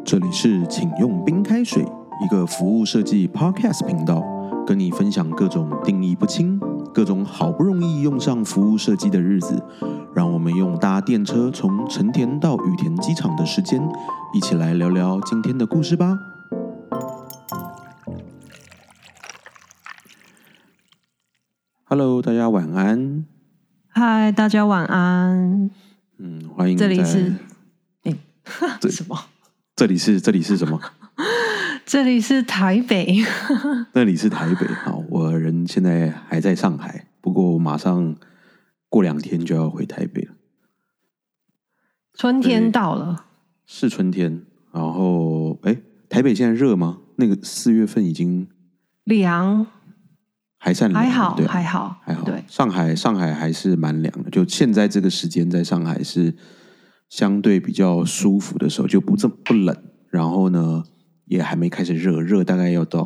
这里是请用冰开水，一个服务设计 Podcast 频道，跟你分享各种定义不清、各种好不容易用上服务设计的日子，让我们用搭电车从成田到羽田机场的时间，一起来聊聊今天的故事吧。Hello， 大家晚安。 嗨，大家晚安。 欢迎在。 这里是，什么？ 这里是什么？ 这里是台北。 那里是台北。好，我人现在还在上海，不过我马上过2天就要回台北了。 春天到了， 是春天。然后，台北现在热吗？那个4月份已经凉， 还算凉， 还好， 对， 还好。对， 上海还是蛮凉的。就现在这个时间，在上海是相对比较舒服的时候，就不冷。然后呢，也还没开始热大概要到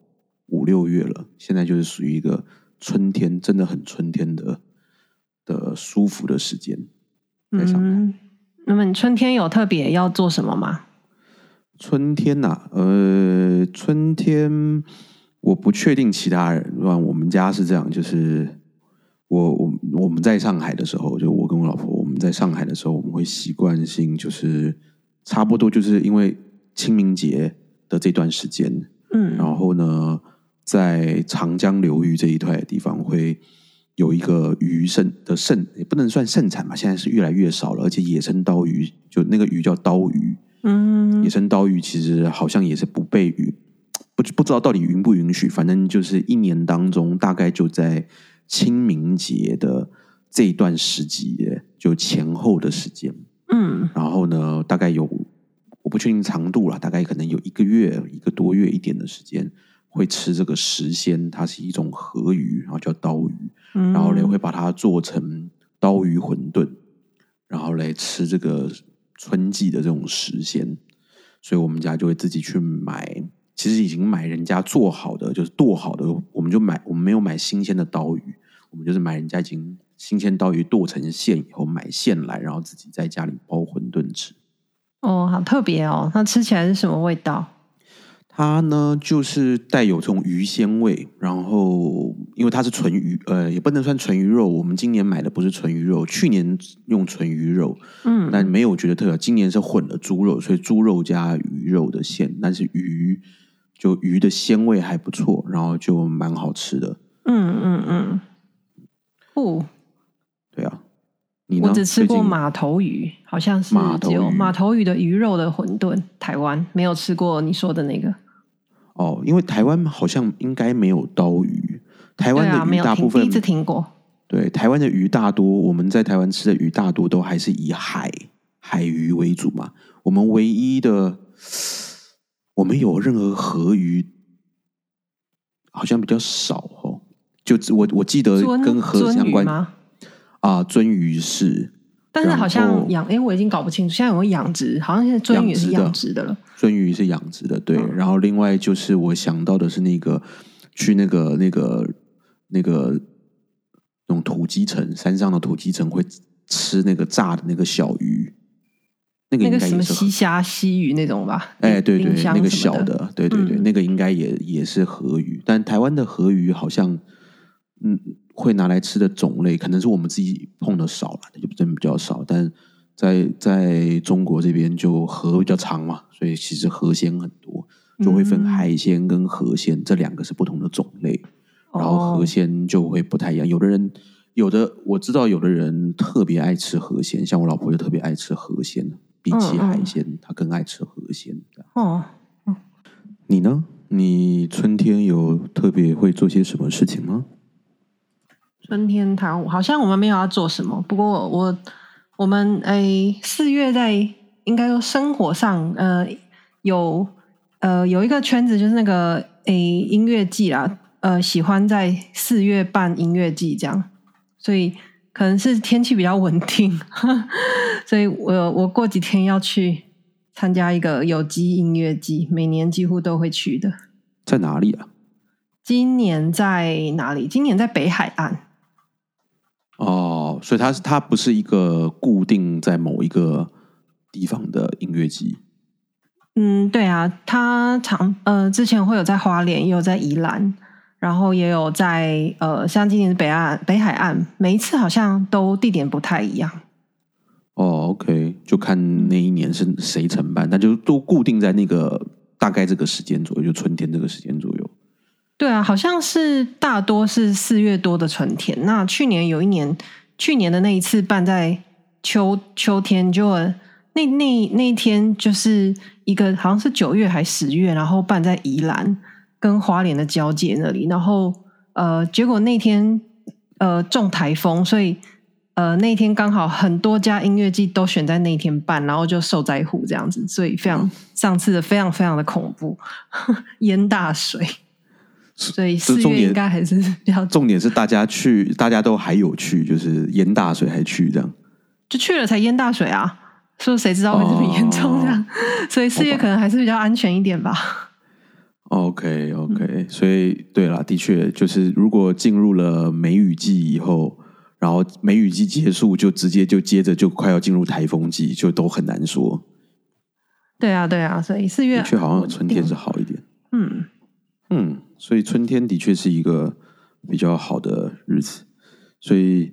5、6月了。现在就是属于一个春天，真的很春天的舒服的时间，在上海。 那么你春天有特别要做什么吗？ 春天春天我不确定其他人，我们家是这样，就是我们在上海的时候，就我跟我老婆，我们在上海的时候，我们会习惯性就是差不多就是因为清明节的这段时间，然后呢，在长江流域这一块的地方会有一个鱼也不能算盛产吧，现在是越来越少了，而且野生刀鱼，就那个鱼叫刀鱼，野生刀鱼其实好像也是不被不知道到底允不允许，反正就是1年当中大概就在清明节的这一段时节，就前后的时间，然后呢，大概有我不确定长度啦，大概可能有1个月、1个多月一点的时间，会吃这个时鲜，它是一种河鱼，然后叫刀鱼，然后呢会把它做成刀鱼馄饨，然后来吃这个春季的这种时鲜，所以我们家就会自己去买。其实已经买人家做好的，就是剁好的，我们没有买新鲜的刀鱼，我们就是买人家已经新鲜刀鱼剁成馅以后买馅来，然后自己在家里包馄饨吃。 哦，好特别哦！它吃起来是什么味道？ 它呢就是带有这种鱼鲜味，然后因为它是纯鱼，也不能算纯鱼肉。我们今年买的不是纯鱼肉，去年用纯鱼肉，但没有觉得特别。今年是混了猪肉，所以猪肉加鱼肉的馅，但是鱼的鲜味还不错，然后就蛮好吃的。对啊，你呢？ 我只吃过马头鱼，好像是只有马头鱼的鱼肉的馄饨，台湾没有吃过你说的那个。 哦，因为台湾好像应该没有刀鱼，台湾的鱼大部分， 第一次听过。 对，台湾的鱼大多，我们在台湾吃的鱼大多都还是以海鱼为主嘛。我们唯一的，我们有任何河鱼，好像比较少哦。就我记得跟河相关吗？ 鳟鱼是， 但是好像我已经搞不清楚，现在有没有养殖？好像现在鳟鱼是养殖的了。 鳟鱼是养殖的，对。然后另外就是我想到的是去那种土鸡城，山上的土鸡城会吃那个炸的那个小鱼，那个应该也是什么西虾、西鱼那种吧？ 对，那个小的，对，那个应该也是河鱼，但台湾的河鱼好像会拿来吃的种类，可能是我们自己碰的少了，就真的比较少。但在中国这边就河比较长嘛，所以其实河鲜很多，就会分海鲜跟河鲜这2个是不同的种类。然后河鲜就会不太一样，我知道有的人特别爱吃河鲜，像我老婆就特别爱吃河鲜，比起海鲜，她更爱吃河鲜。你呢？你春天有特别会做些什么事情吗？ 春天好像我们没有要做什么，不过我们4月在应该说生活上有一个圈子，就是那个音乐季啦，喜欢在4月办音乐季这样，所以可能是天气比较稳定，所以我过几天要去参加一个有机音乐季，每年几乎都会去的。 在哪里啊？ 今年在哪里？今年在北海岸。 哦，所以它不是一个固定在某一个地方的音乐季。 对啊，他之前会有在花莲，也有在宜兰，然后也有在像今年的北海岸，每一次好像都地点不太一样。 哦，OK，就看那一年是谁承办，那就都固定在那个大概这个时间左右，就春天这个时间左右。 对啊，好像是大多是4月多的春天。那去年的那一次办在秋天，就那一天就是一个好像是9月还10月，然后办在宜兰跟花莲的交界那里，然后结果那天中台风，所以那天刚好很多家音乐季都选在那一天办，然后就受灾户这样子，所以上次的非常非常的恐怖，淹大水。所以4月应该还是比较重点是大家都还有去，就是淹大水还去这样， 就去了才淹大水啊，所以谁知道会这么严重这样，所以4月可能还是比较安全一点吧。 OK， 所以对啦，的确就是如果进入了梅雨季以后，然后梅雨季结束就直接就接着就快要进入台风季，就都很难说。 对啊，所以4月的确好像春天是好一点。所以春天的确是一个比较好的日子。所以，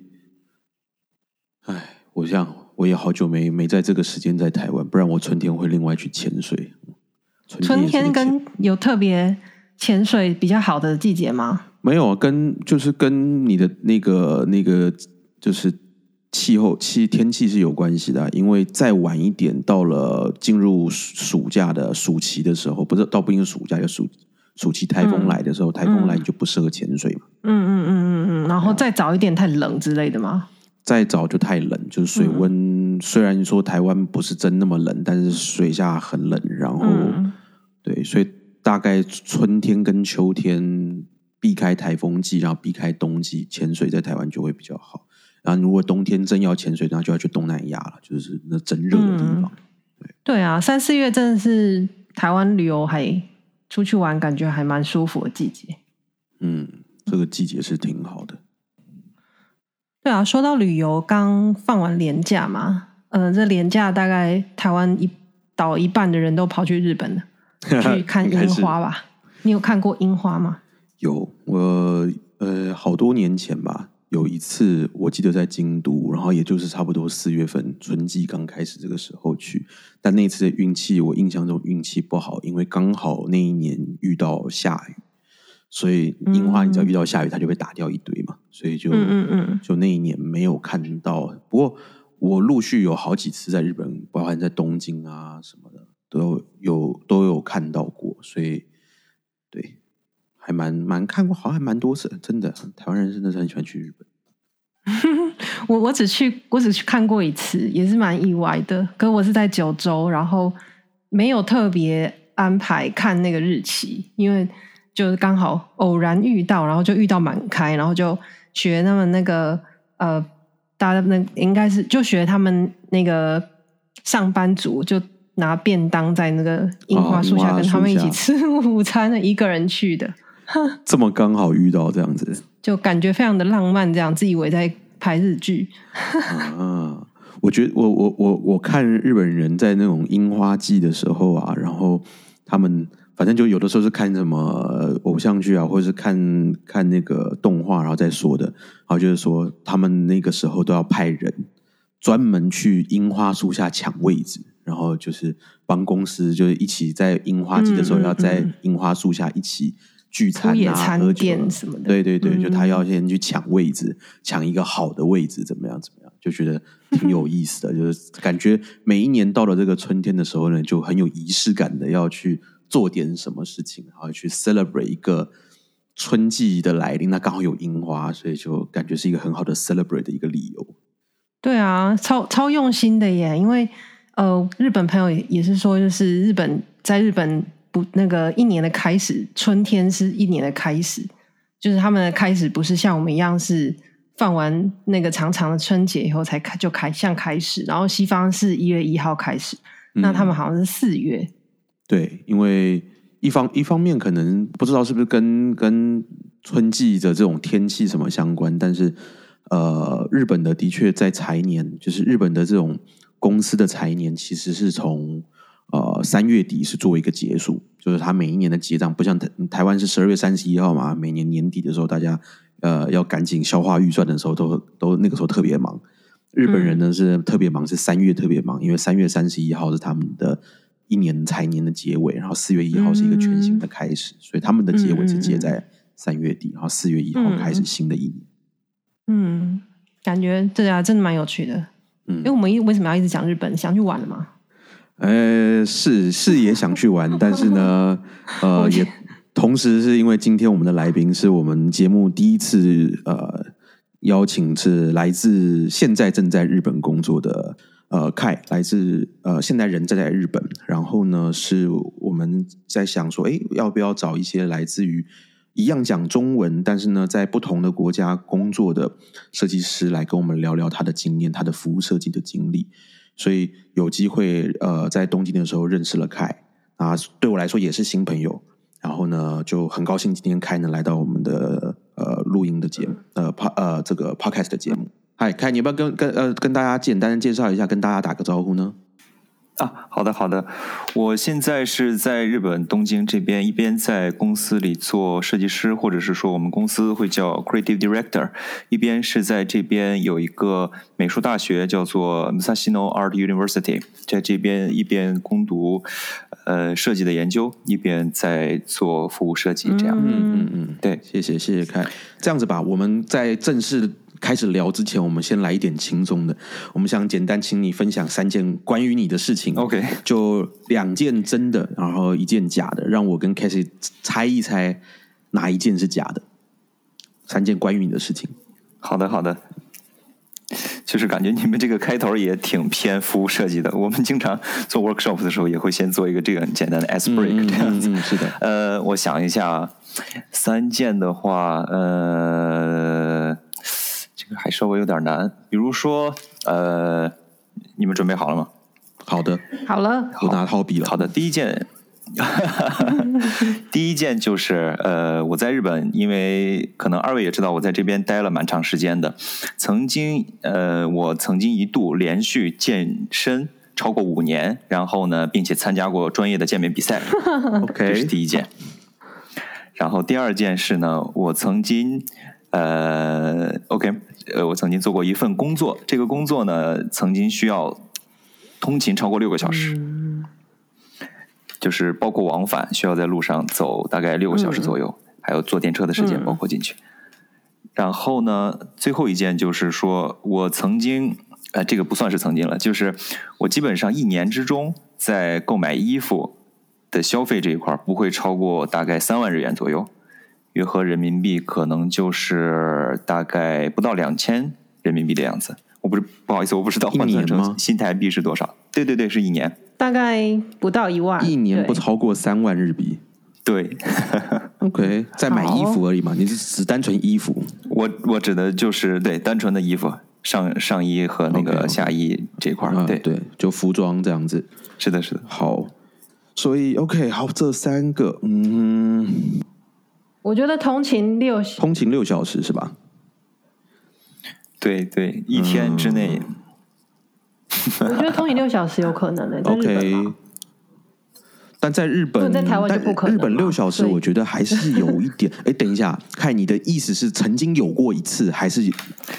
我想我也好久没在这个时间在台湾，不然我春天会另外去潜水。 春天跟有特别潜水比较好的季节吗？ 没有啊，跟你的那个就是天气是有关系的因为再晚一点到了进入暑假的暑期的时候，不一定暑假，就暑期台风来的时候，台风来你就不适合潜水嘛。 然后再早一点太冷之类的吗？ 再早就太冷，就是水温虽然说台湾不是真那么冷，但是水下很冷，然后对，所以大概春天跟秋天避开台风季，然后避开冬季，潜水在台湾就会比较好。然后如果冬天真要潜水，那就要去东南亚了，就是那真热的地方。 对啊，3、4月真的是台湾旅游还出去玩，感觉还蛮舒服的季节。 这个季节是挺好的。 对啊，说到旅游，刚放完连假嘛，这连假大概台湾岛一半的人都跑去日本了，去看樱花吧。你有看过樱花吗？ 有，我好多年前吧，有一次我记得在京都，然后也就是差不多4月份春季刚开始这个时候去，但那次的运气我印象中运气不好，因为刚好那一年遇到下雨。所以樱花你只要遇到下雨它就会打掉一堆嘛，所以就那一年没有看到。不过我陆续有好几次在日本，包含在东京啊什么的都有看到过，所以对还蛮看过，好像还蛮多次，真的台湾人真的是很喜欢去日本。 我只去看过一次，也是蛮意外的。可是我是在九州，然后没有特别安排看那个日期，因为就是刚好偶然遇到，然后就遇到满开，然后就学他们那个大家应该是就学他们那个上班族就拿便当在那个樱花树下跟他们一起吃午餐的，一个人去的。 这么刚好遇到这样子， 就感觉非常的浪漫，这样自以为在拍日剧。 我觉得我看日本人在那种樱花季的时候啊，然后他们反正就有的时候是看什么偶像剧啊，或者是看那个动画，然后再说的。然后就是说，他们那个时候都要派人专门去樱花树下抢位置，然后就是帮公司就是一起在樱花季的时候要在樱花树下一起聚餐啊、 餐店什么的。 对，就他要先去抢位置，抢一个好的位置，怎么样，就觉得挺有意思的。就是感觉每一年到了这个春天的时候呢，就很有仪式感的要去做点什么事情，然后去 celebrate 一个春季的来临，那刚好有樱花，所以就感觉是一个很好的 celebrate 的一个理由。 对啊，超用心的耶！因为日本朋友也是说，就是在日本不那个一年的开始，春天是一年的开始，就是他们的开始不是像我们一样是放完那个长长的春节以后才开始，然后西方是1月1号开始，那他们好像是4月。 对，因为一方面可能不知道是不是跟春季的这种天气什么相关，但是日本的确在财年，就是日本的这种公司的财年其实是从 3月底是做一个结束，就是它每一年的结账，不像台湾是12月31号嘛，每年年底的时候大家要赶紧消化预算的时候都那个时候特别忙。日本人呢是特别忙，是3月特别忙，因为3月31号是他们的一年财年的结尾，然后4月1号是一个全新的开始，所以他们的结尾是接在3月底，然后4月1号开始新的一年。 感觉对啊，真的蛮有趣的。因为我们为什么要一直讲日本？想去玩了吗？ 是也想去玩，但是呢，也同时是因为今天我们的来宾是我们节目第一次邀请是来自现在正在日本工作的Kai， 来自现在人在日本，然后呢是我们在想说，要不要找一些来自于一样讲中文，但是呢在不同的国家工作的设计师来跟我们聊聊他的经验，他的服务设计的经历。所以有机会在东京的时候认识了凯啊，对我来说也是新朋友。然后呢，就很高兴今天凯呢来到我们的录音的节目这个 podcast 的节目。嗨，凯，你要不要跟大家简单的介绍一下，跟大家打个招呼呢？ 好的，我现在是在日本东京这边，一边在公司里做设计师，或者是说我们公司会叫 Creative Director， 一边是在这边有一个美术大学叫做 Musashino Art University， 在这边一边攻读设计的研究，一边在做服务设计，这样。 对，谢谢凯。这样子吧，我们在正式开始聊之前，我们先来一点轻松的。我们想简单请你分享3件关于你的事情。 OK， 就2件真的，然后1件假的，让我跟 Casey 猜一猜哪一件是假的。3件关于你的事情。 好的。就是感觉你们这个开头也挺偏服务设计的。我们经常做 workshop 的时候，也会先做一个这个很简单的 ice break 这样子。 是的。 我想一下，3件的话，这个还稍微有点难。比如说，你们准备好了吗？ 好的， 好了， 我拿套笔了。 好的，第一件就是我在日本，因为可能2位也知道，我在这边待了蛮长时间的。我曾经一度连续健身超过5年，然后呢，并且参加过专业的健美比赛。 OK， 这是第一件。然后第2件是呢，我曾经我曾经做过一份工作，这个工作呢，曾经需要通勤超过6个小时。就是包括往返需要在路上走大概6个小时左右，还有坐电车的时间包括进去。然后呢，最后一件就是说我曾经这个不算是曾经了，就是我基本上1年之中在购买衣服的消费这一块不会超过大概3万日元左右，约合人民币可能就是大概不到2000人民币的样子。不好意思，我不知道换算成新台币是多少。对，是1年， 大概不到1万， 一年不超过3万日币。 对 ，OK， 在买衣服而已嘛？你是只单纯衣服？ 我指的就是对单纯的衣服，上衣和那个下衣这块儿。 对，就服装这样子。 是的。 好，所以 OK， 好，这3个， 我觉得通勤6 小时是吧？ 对，一天之内。 我觉得通勤6小时有可能的。 OK， 但在日本， 在台湾就不可能。 日本6小时，我觉得还是有一点。等一下，看你的意思是曾经有过一次，还是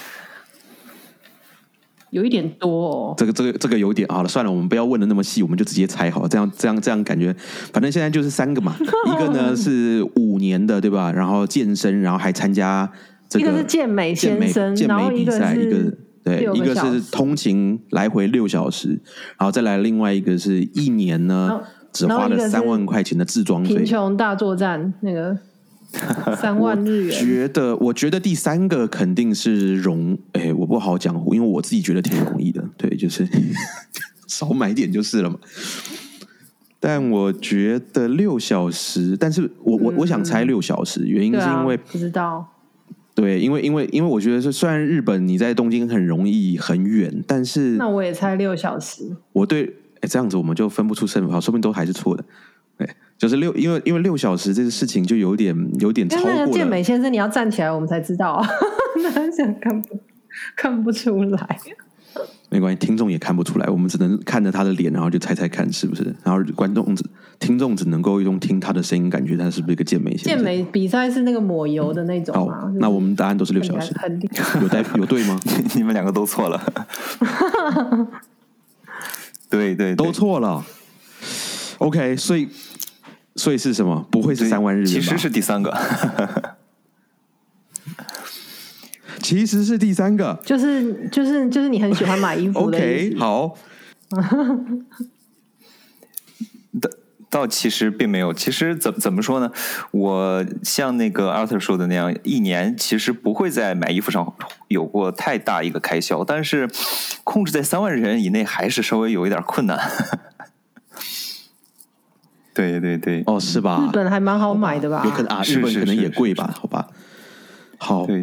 有一点多哦？ 这个有点好了，算了，我们不要问的那么细，我们就直接猜好了。这样感觉，反正现在就是3个嘛。一个呢是5年的，对吧？然后健身，然后还参加这个， 一个是健美先生， 健美比赛，一个是通勤来回6小时，然后再来另外一个是1年呢，只花了3万块钱的自装费。 贫穷大作战那个3万日元。 我觉得第3个肯定是我不好讲，因为我自己觉得挺容易的，对，就是少买点就是了嘛。但我觉得6小时，但是我想猜6小时，原因是因为不知道。 对，因为我觉得是，虽然日本你在东京很容易很远，但是那我也猜6小时。 我对这样子我们就分不出胜负，好，说不定都还是错的。就是因为6小时这个事情就有点超过了。 那个健美先生你要站起来，我们才知道啊。哪想看不出来？ 没关系，听众也看不出来，我们只能看着他的脸，然后就猜猜看是不是。然后听众只能够用听他的声音，感觉他是不是一个健美先生。 健美比赛是那个抹油的那种吗？ 好，那我们答案都是6小时，有对吗？ 你们2个都错了。对，都错了。OK， 所以是什么？不会是3万日元吧？ 其实是第3个。 其实是第3个， 就是你很喜欢买衣服的意思。 OK， 好。 倒其实并没有，其实怎么说呢？我像那个 Arthur 说的那样，一年其实不会在买衣服上有过太大一个开销，但是控制在3万日元以内还是稍微有一点困难。对， 哦，是吧？ 日本还蛮好买的吧？ 有可能啊，日本可能也贵吧？好吧。好， 对，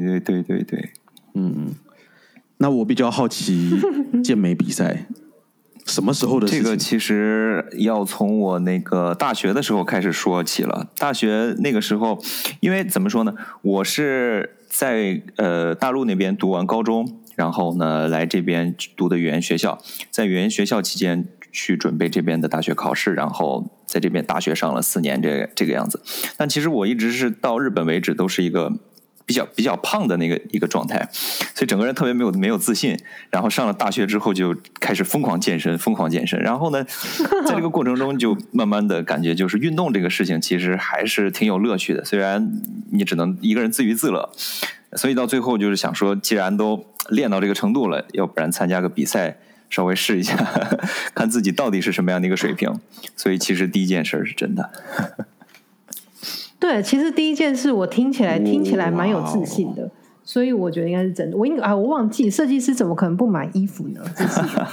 那我比较好奇健美比赛什么时候的事情？ 这个其实要从我那个大学的时候开始说起了。大学那个时候，因为怎么说呢，我是在大陆那边读完高中，然后呢来这边读的语言学校，在语言学校期间去准备这边的大学考试，然后在这边大学上了4年这个样子。但其实我一直是到日本为止都是一个比较胖的一个状态，所以整个人特别没有自信。然后上了大学之后就开始疯狂健身。然后呢，在这个过程中就慢慢的感觉就是运动这个事情其实还是挺有乐趣的，虽然你只能一个人自娱自乐。所以到最后就是想说，既然都练到这个程度了，要不然参加个比赛，稍微试一下，看自己到底是什么样的一个水平。所以其实第一件事是真的。 对，其实第一件事我听起来蛮有自信的，所以我觉得应该是真的。我忘记设计师怎么可能不买衣服呢？真是的。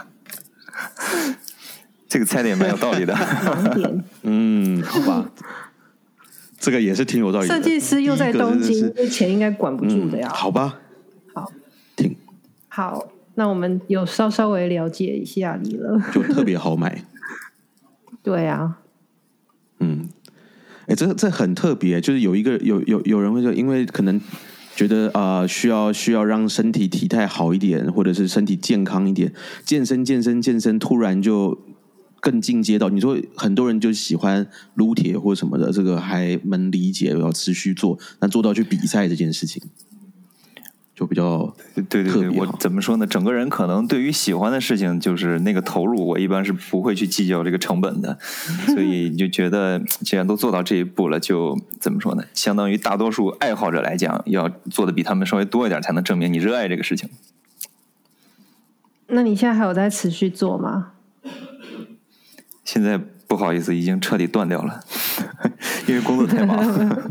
这个猜的也蛮有道理的。 盲点。 好吧，这个也是挺有道理的。 设计师又在东京，这钱应该管不住的呀。 好吧， 好， 挺好，那我们有稍微了解一下你了， 就特别好买。 对啊， 这很特别，就是有人会说，因为可能觉得需要让身体体态好一点，或者是身体健康一点，健身，突然就更进阶到，你说很多人就喜欢撸铁或什么的，这个还蛮理解，要持续做，但做到去比赛这件事情，就比较对，我怎么说呢？整个人可能对于喜欢的事情，就是那个投入，我一般是不会去计较这个成本的，所以就觉得既然都做到这一步了，就怎么说呢？相当于大多数爱好者来讲，要做的比他们稍微多一点，才能证明你热爱这个事情。 那你现在还有在持续做吗？ 现在不好意思，已经彻底断掉了，因为工作太忙了。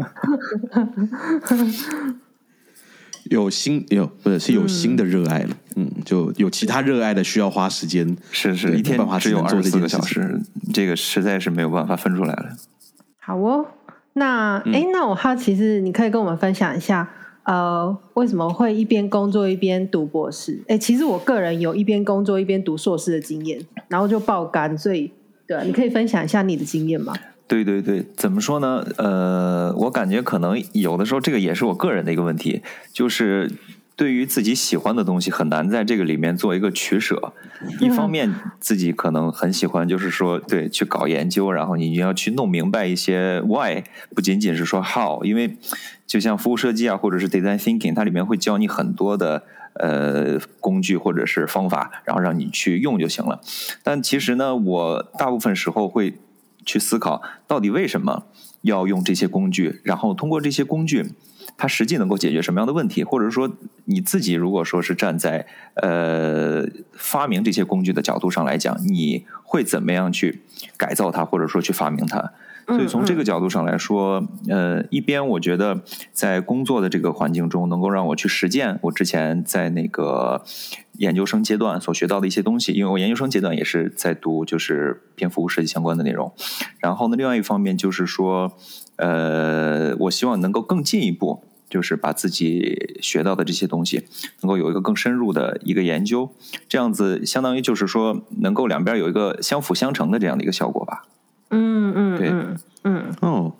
有新的热爱了，就有其他热爱的需要花时间， 是一天只有24个小时，这个实在是没有办法分出来了。 好哦，那我好奇是，你可以跟我们分享一下，为什么会一边工作一边读博士？其实我个人有一边工作一边读硕士的经验，然后就爆肝，所以对，你可以分享一下你的经验吗？ 对，怎么说呢？我感觉可能有的时候这个也是我个人的一个问题，就是对于自己喜欢的东西很难在这个里面做一个取舍。一方面自己可能很喜欢，就是说对去搞研究，然后你要去弄明白一些 why， 不仅仅是说 how， 因为就像服务设计啊，或者是 design thinking， 它里面会教你很多的工具或者是方法，然后让你去用就行了。但其实呢，我大部分时候会去思考到底为什么要用这些工具，然后通过这些工具它实际能够解决什么样的问题，或者说你自己如果说是站在发明这些工具的角度上来讲，你会怎么样去改造它，或者说去发明它。所以从这个角度上来说，一边我觉得在工作的这个环境中能够让我去实践我之前在那个研究生阶段所学到的一些东西，因为我研究生阶段也是在读就是偏服务设计相关的内容。然后呢，另外一方面就是说我希望能够更进一步，就是把自己学到的这些东西能够有一个更深入的一个研究，这样子相当于就是说能够两边有一个相辅相成的这样的一个效果吧。 哦，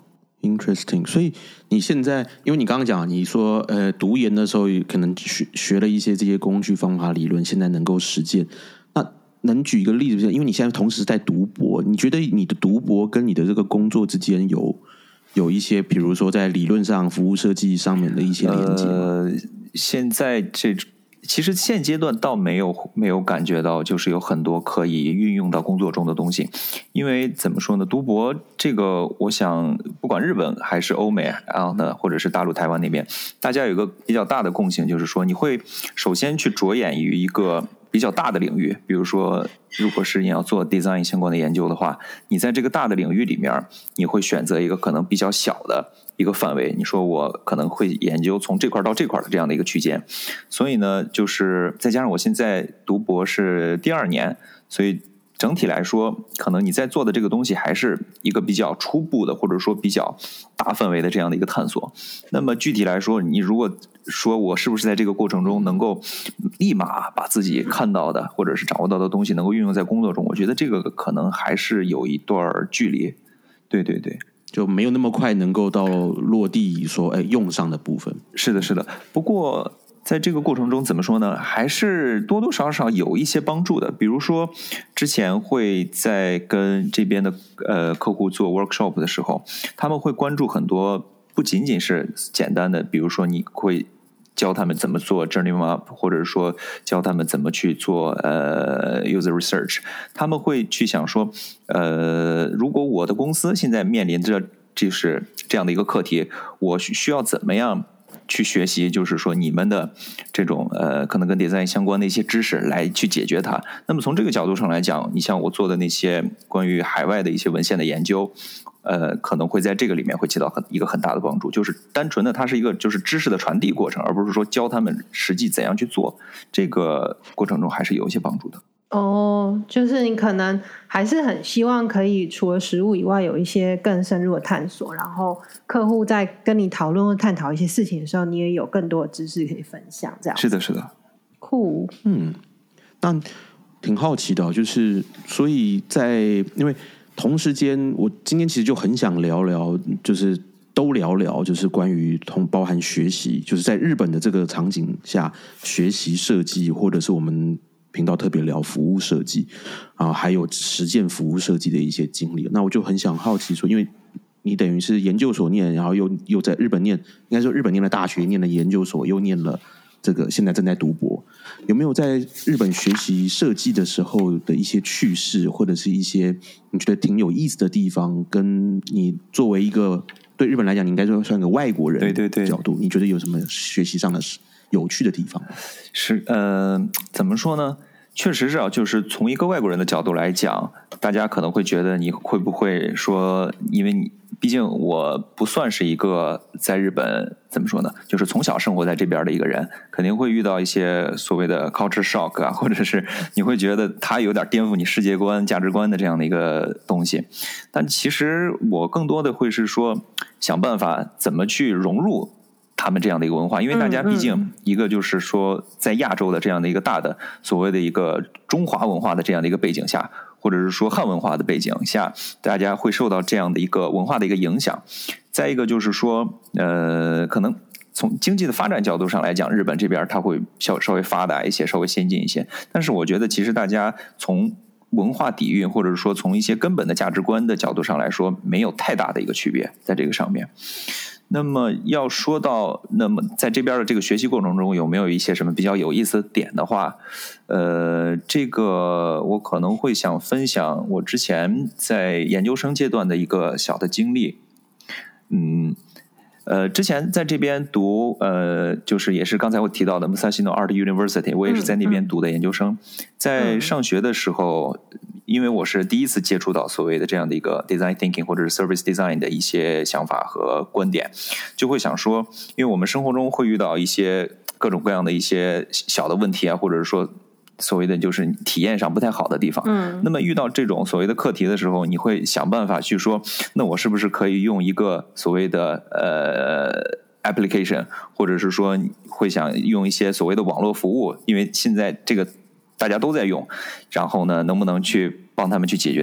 Interesting， 所以你现在，因为你刚刚讲，你说读研的时候可能学了一些这些工具方法理论，现在能够实践。那能举一个例子？因为你现在同时在读博，你觉得你的读博跟你的这个工作之间有一些，比如说在理论上、服务设计上面的一些连接吗？ 现在其实现阶段倒没有感觉到就是有很多可以运用到工作中的东西，因为怎么说呢，读博这个我想不管日本还是欧美啊，或者是大陆台湾那边，大家有一个比较大的共性，就是说你会首先去着眼于一个比较大的领域，比如说如果是你要做 design 相关的研究的话，你在这个大的领域里面，你会选择一个可能比较小的一个范围，你说我可能会研究从这块到这块的这样的一个区间，所以呢，就是再加上我现在读博是第2年，所以整体来说，可能你在做的这个东西还是一个比较初步的，或者说比较大范围的这样的一个探索。那么具体来说，你如果说我是不是在这个过程中能够立马把自己看到的或者是掌握到的东西能够运用在工作中，我觉得这个可能还是有一段距离。对对对， 就没有那么快能够到落地说用上的部分。 是的，是的。不过在这个过程中怎么说呢，还是多多少少有一些帮助的。比如说之前会在跟这边的客户做 workshop 的时候，他们会关注很多不仅仅是简单的，比如说你会教他们怎么做 journey map， 或者说教他们怎么去做user research， 他们会去想说如果我的公司现在面临着就是这样的一个课题，我需要怎么样去学习，就是说你们的这种可能跟 design 相关的一些知识来去解决它。那么从这个角度上来讲，你像我做的那些关于海外的一些文献的研究，可能会在这个里面会起到一个很大的帮助，就是单纯的它是一个就是知识的传递过程，而不是说教他们实际怎样去做，这个过程中还是有一些帮助的。 就是你可能还是很希望可以除了实务以外有一些更深入的探索，然后客户在跟你讨论或探讨一些事情的时候，你也有更多的知识可以分享，这样。 是的，是的。 酷。 那挺好奇的，就是所以因为同时间，我今天其实就很想聊聊，就是都聊聊，就是关于包含学习，就是在日本的这个场景下学习设计，或者是我们频道特别聊服务设计啊，还有实践服务设计的一些经历。那我就很想好奇说，因为你等于是研究所念，然后又在日本念，应该说日本念了大学，念了研究所，又念了这个现在正在读博，有没有在日本学习设计的时候的一些趣事，或者是一些你觉得挺有意思的地方，跟你作为一个对日本来讲，你应该说算个外国人的角度，你觉得有什么学习上的有趣的地方？ 是怎么说呢？确实是就是从一个外国人的角度来讲，大家可能会觉得你会不会说，因为毕竟我不算是一个在日本怎么说呢，就是从小生活在这边的一个人，肯定会遇到一些所谓的 culture shock 啊，或者是你会觉得它有点颠覆你世界观、价值观的这样的一个东西。但其实我更多的会是说，想办法怎么去融入他们这样的一个文化，因为大家毕竟一个就是说在亚洲的这样的一个大的所谓的一个中华文化的这样的一个背景下，或者是说汉文化的背景下，大家会受到这样的一个文化的一个影响。再一个就是说可能从经济的发展角度上来讲，日本这边它会稍微发达一些，稍微先进一些，但是我觉得其实大家从文化底蕴或者说从一些根本的价值观的角度上来说，没有太大的一个区别在这个上面。那么要说到，那么在这边的这个学习过程中有没有一些什么比较有意思的点的话，这个我可能会想分享我之前在研究生阶段的一个小的经历。之前在这边读，就是也是刚才我提到的 Musashino Art University， 我也是在那边读的研究生。在上学的时候，因为我是第一次接触到所谓的这样的一个 design thinking 或者是 service design 的一些想法和观点，就会想说，因为我们生活中会遇到一些各种各样的一些小的问题啊，或者是说所谓的就是体验上不太好的地方。那么遇到这种所谓的课题的时候，你会想办法去说，那我是不是可以用一个所谓的application， 或者是说会想用一些所谓的网络服务，因为现在这个大家都在用，然后呢，能不能去帮他们去解决掉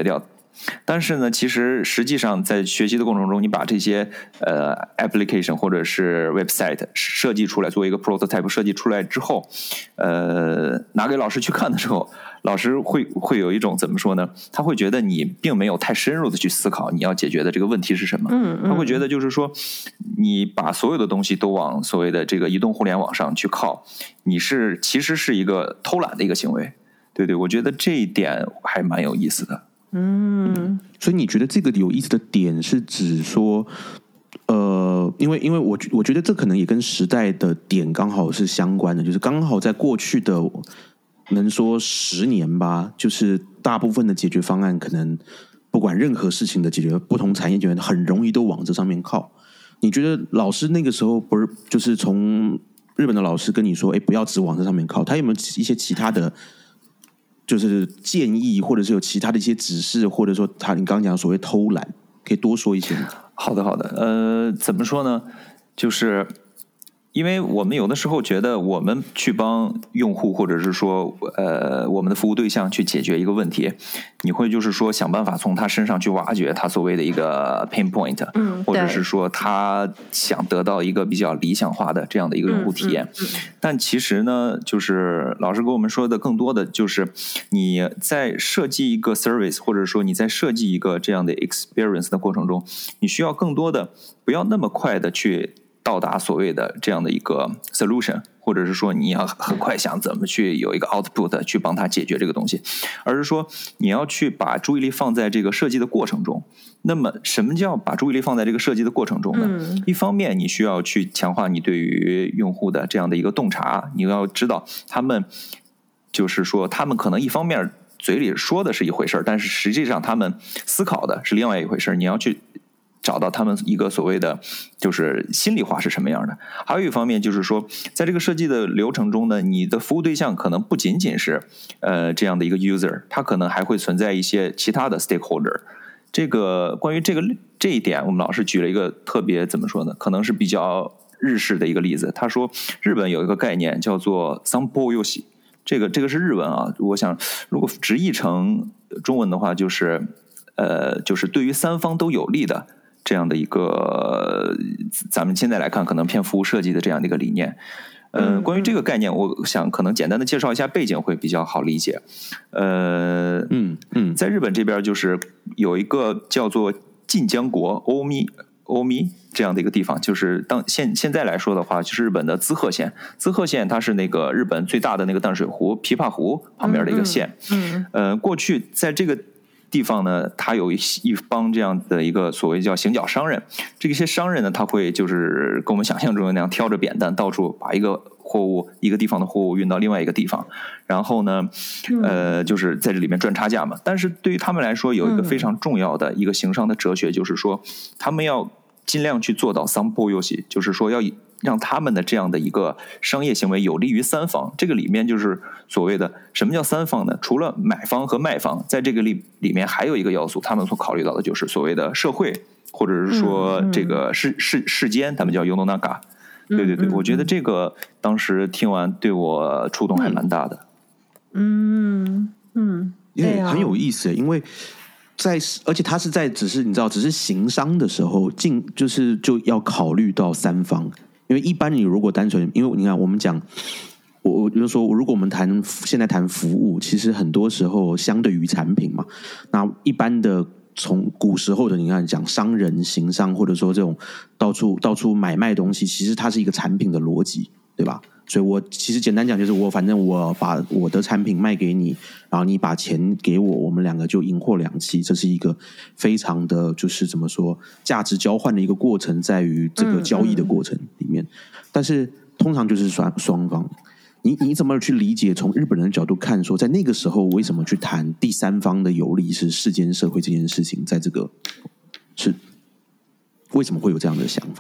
但是呢，其实实际上在学习的过程中，你把这些application 或者是 website 设计出来，作为一个 prototype 设计出来之后，拿给老师去看的时候，老师会有一种怎么说呢？他会觉得你并没有太深入的去思考你要解决的这个问题是什么。他会觉得就是说，你把所有的东西都往所谓的这个移动互联网上去靠，你其实是一个偷懒的一个行为。对，我觉得这一点还蛮有意思的。 所以你觉得这个有意思的点是指说，因为我觉得这可能也跟时代的点刚好是相关的，就是刚好在过去的能说10年吧，就是大部分的解决方案可能不管任何事情的解决，不同产业解决很容易都往这上面靠。你觉得老师那个时候不是就是从日本的老师跟你说，不要只往这上面靠，他有没有一些其他的？就是建议，或者是有其他的一些指示，或者说你刚刚讲所谓偷懒，可以多说一些吗？ 好的，怎么说呢？就是因为我们有的时候觉得我们去帮用户或者是说我们的服务对象去解决一个问题，你会就是说想办法从他身上去挖掘他所谓的一个 pain point，或者是说他想得到一个比较理想化的这样的一个用户体验。但其实呢，就是老师跟我们说的更多的就是你在设计一个 service， 或者说你在设计一个这样的 experience 的过程中，你需要更多的不要那么快的去到达所谓的这样的一个 solution， 或者是说你要很快想怎么去有一个 output 去帮他解决这个东西，而是说你要去把注意力放在这个设计的过程中。那么什么叫把注意力放在这个设计的过程中呢？一方面你需要去强化你对于用户的这样的一个洞察，你要知道他们就是说他们可能一方面嘴里说的是一回事，但是实际上他们思考的是另外一回事，你要去找到他们一个所谓的就是心里话是什么样的。还有一方面就是说，在这个设计的流程中呢，你的服务对象可能不仅仅是这样的一个 user， 它可能还会存在一些其他的 stakeholder。这个关于这一点，我们老师举了一个特别怎么说呢？可能是比较日式的一个例子。他说，日本有一个概念叫做三波游戏，这个是日文啊。我想如果直译成中文的话，就是对于三方都有利的这样的一个，咱们现在来看可能偏服务设计的这样的一个理念。关于这个概念，我想可能简单的介绍一下背景会比较好理解。在日本这边就是有一个叫做近江国欧米这样的一个地方，就是现在来说的话，就是日本的滋贺县。滋贺县它是那个日本最大的那个淡水湖琵琶湖旁边的一个县。过去在这个地方呢，他有一帮这样的一个所谓叫行脚商人，这些商人呢，他会就是跟我们想象中的那样挑着扁担到处把一个地方的货物运到另外一个地方，然后呢就是在这里面赚差价嘛。但是对于他们来说，有一个非常重要的一个行商的哲学，就是说他们要尽量去做到三波游戏，就是说要让他们的这样的一个商业行为有利于三方。这个里面就是所谓的什么叫三方呢？除了买方和卖方，在这个里面还有一个要素，他们所考虑到的就是所谓的社会，或者是说这个世间，他们叫 Yononaka。对，我觉得这个当时听完对我触动还蛮大的。 也很有意思，因为而且他是在只是行商的时候就要考虑到三方。因为一般你如果单纯，因为你看我们讲，我就说，如果我们现在谈服务，其实很多时候相对于产品嘛，那一般的从古时候的你看讲商人行商，或者说这种到处买卖东西，其实它是一个产品的逻辑，对吧？所以我其实简单讲就是反正我把我的产品卖给你，然后你把钱给我，我们两个就银货两讫，这是一个非常的就是怎么说价值交换的一个过程，在于这个交易的过程里面。但是通常就是双方，你怎么去理解从日本人的角度看说，在那个时候为什么去谈第三方的有利是世间社会这件事情，在这个是为什么会有这样的想法？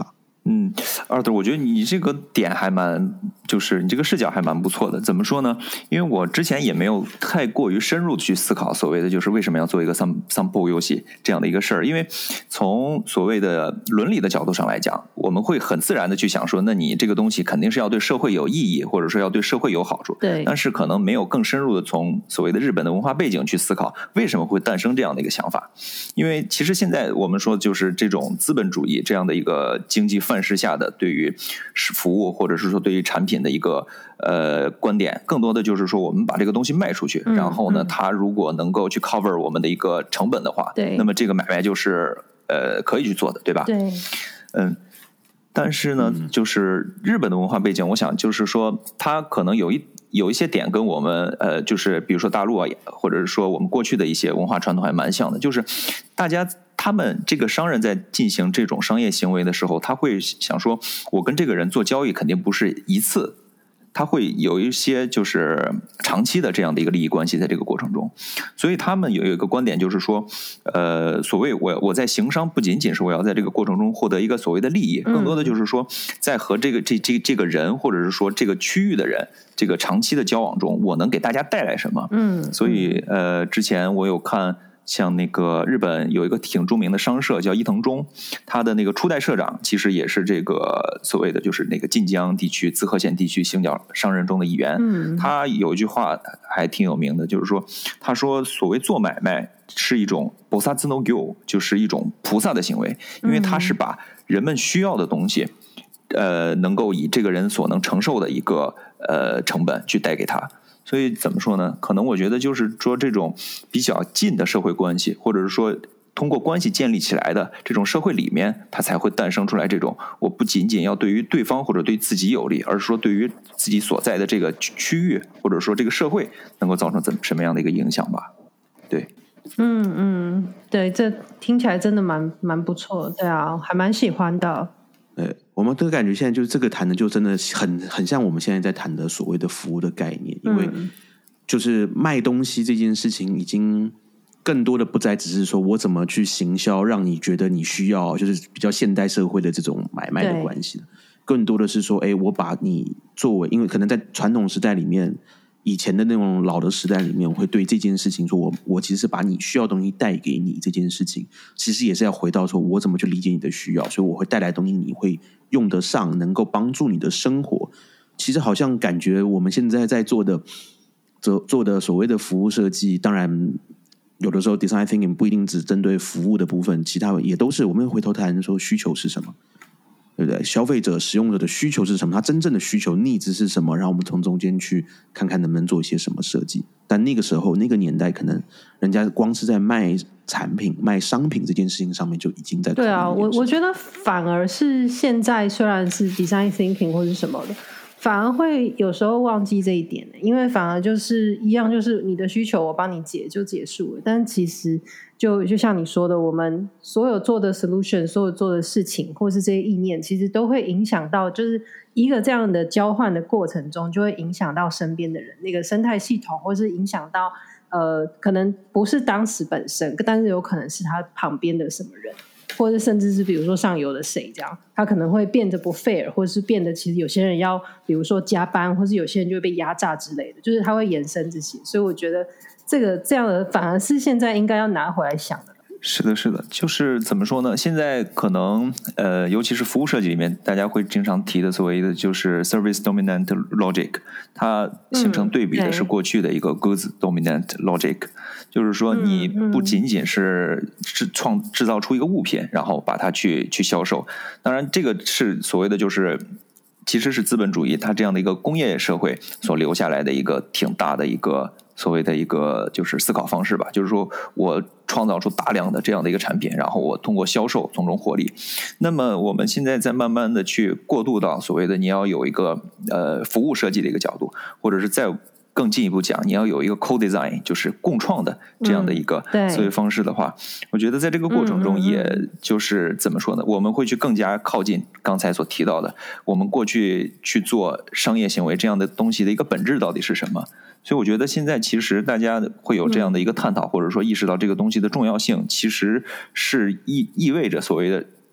二德，我觉得你这个点还蛮，就是你这个视角还蛮不错的。怎么说呢？因为我之前也没有太过于深入的去思考所谓的就是为什么要做一个sample游戏这样的一个事儿。因为从所谓的伦理的角度上来讲，我们会很自然的去想说，那你这个东西肯定是要对社会有意义，或者说要对社会有好处。 对。 但是可能没有更深入的从所谓的日本的文化背景去思考为什么会诞生这样的一个想法。因为其实现在我们说就是这种资本主义这样的一个经济范式下的对于服务或者是说对于产品的一个观点，更多的就是说我们把这个东西卖出去，然后呢它如果能够去 cover 我们的一个成本的话，那么这个买卖就是可以去做的，对吧？ 对。 但是呢就是日本的文化背景，我想就是说它可能有一些点跟我们就是比如说大陆啊，或者是说我们过去的一些文化传统还蛮像的，就是他们这个商人在进行这种商业行为的时候，他会想说我跟这个人做交易肯定不是一次，他会有一些就是长期的这样的一个利益关系在这个过程中。所以他们有一个观点就是说所谓我在行商不仅仅是我要在这个过程中获得一个所谓的利益，更多的就是说在和这个人或者是说这个区域的人这个长期的交往中，我能给大家带来什么。所以之前我有看像那个日本有一个挺著名的商社叫伊藤忠，他的那个初代社长其实也是这个所谓的就是那个晋江地区滋贺县地区行脚商人中的一员。他有一句话还挺有名的，就是说他说所谓做买卖是一种菩萨之no go，就是一种菩萨的行为，因为他是把人们需要的东西能够以这个人所能承受的一个成本去带给他。所以怎么说呢？可能我觉得就是说这种比较近的社会关系，或者是说通过关系建立起来的这种社会里面，它才会诞生出来这种我不仅仅要对于对方或者对自己有利，而是说对于自己所在的这个区域或者说这个社会能够造成什么样的一个影响吧。对。 对，这听起来真的蛮不错的。对啊，还蛮喜欢的。 对，我们的感觉现在就是这个谈的就真的很像我们现在在谈的所谓的服务的概念，因为就是卖东西这件事情已经更多的不再只是说我怎么去行销让你觉得你需要，就是比较现代社会的这种买卖的关系，更多的是说我把你作为，因为可能在传统时代里面，以前的那种老的时代里面，我会对这件事情说我其实是把你需要的东西带给你，这件事情其实也是要回到说我怎么去理解你的需要，所以我会带来东西你会用得上，能够帮助你的生活。其实好像感觉我们现在在做的所谓的服务设计，当然有的时候 design thinking 不一定只针对服务的部分，其他也都是我们回头谈说需求是什么，对不对？消费者使用者的需求是什么？他真正的需求 needs 是什么？然后我们从中间去看看能不能做一些什么设计。但那个时候那个年代，可能人家光是在卖产品卖商品这件事情上面就已经在。 对啊，我觉得反而是现在虽然是 design thinking 或是什么的，反而会有时候忘记这一点，因为反而就是一样，就是你的需求我帮你解就结束了。但其实就像你说的，我们所有做的 solution， 所有做的事情，或是这些意念，其实都会影响到，就是一个这样的交换的过程中，就会影响到身边的人，那个生态系统，或是影响到可能不是当时本身，但是有可能是他旁边的什么人。或者甚至是比如说上游的谁这样，他可能会变得不 fair， 或者是变得其实有些人要比如说加班，或是有些人就会被压榨之类的，就是他会衍生这些。所以我觉得这样的反而是现在应该要拿回来想的。 是的，是的，就是怎么说呢？现在可能尤其是服务设计里面，大家会经常提的所谓的就是 service dominant logic， 它形成对比的是过去的一个 goods dominant logic，就是说你不仅仅是制造出一个物品，然后把它去销售。当然，这个是所谓的就是其实是资本主义它这样的一个工业社会所留下来的一个挺大的一个所谓的一个就是思考方式吧，就是说我创造出大量的这样的一个产品，然后我通过销售从中获利。那么我们现在在慢慢的去过渡到所谓的你要有一个服务设计的一个角度，或者是再更进一步讲，你要有一个 co-design， 就是共创的这样的一个思维方式的话，我觉得在这个过程中，也就是怎么说呢？我们会去更加靠近刚才所提到的，我们过去去做商业行为这样的东西的一个本质到底是什么？所以我觉得现在其实大家会有这样的一个探讨，或者说意识到这个东西的重要性，其实是意味着所谓的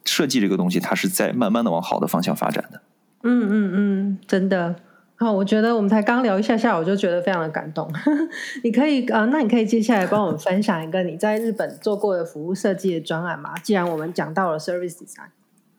设计这个东西它是在慢慢的往好的方向发展的。 真的。好，我觉得我们才刚聊一下，我就觉得非常的感动。你可以那你可以接下来帮我们分享一个你在日本做过的服务设计的专案吗？既然我们讲到了 service design。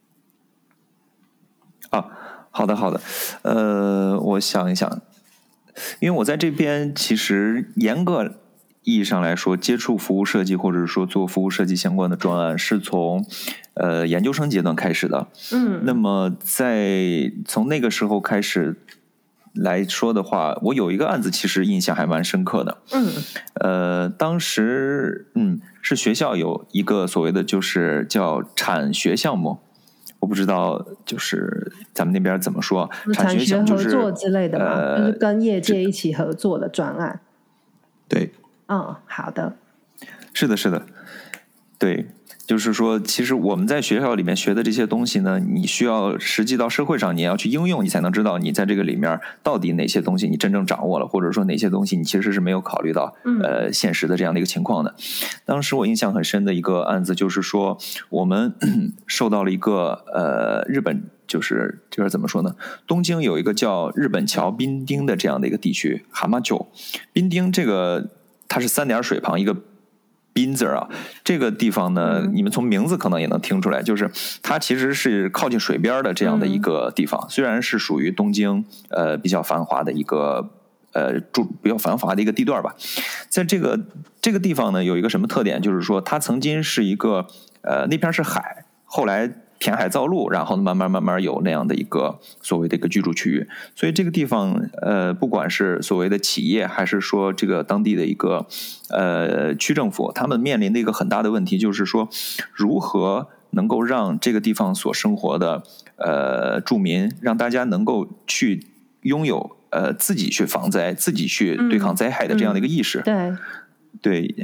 好的，我想一想，因为我在这边其实严格意义上来说，接触服务设计或者说做服务设计相关的专案是从研究生阶段开始的。那么从那个时候开始来说的话，我有一个案子其实印象还蛮深刻的。当时是学校有一个所谓的就是叫产学项目，我不知道就是咱们那边怎么说， 产学项目就是合作之类的嘛，就是跟业界一起合作的专案。 对， 好的， 是的，对。就是说其实我们在学校里面学的这些东西呢，你需要实际到社会上你要去应用，你才能知道你在这个里面到底哪些东西你真正掌握了，或者说哪些东西你其实是没有考虑到现实的这样的一个情况的。当时我印象很深的一个案子就是说，我们受到了一个日本就是怎么说呢，东京有一个叫日本桥滨町的这样的一个地区，蛤蟆町滨町，这个它是3点水旁一个滨字啊，这个地方呢，你们从名字可能也能听出来，就是它其实是靠近水边的这样的一个地方，虽然是属于东京比较繁华的一个比较繁华的一个地段吧。在这个地方呢，有一个什么特点，就是说它曾经是一个那边是海，后来填海造陆，然后慢慢有那样的一个所谓的一个居住区域。所以这个地方不管是所谓的企业还是说这个当地的一个区政府，他们面临的一个很大的问题就是说，如何能够让这个地方所生活的住民，让大家能够去拥有自己去防灾、自己去对抗灾害的这样的一个意识。对。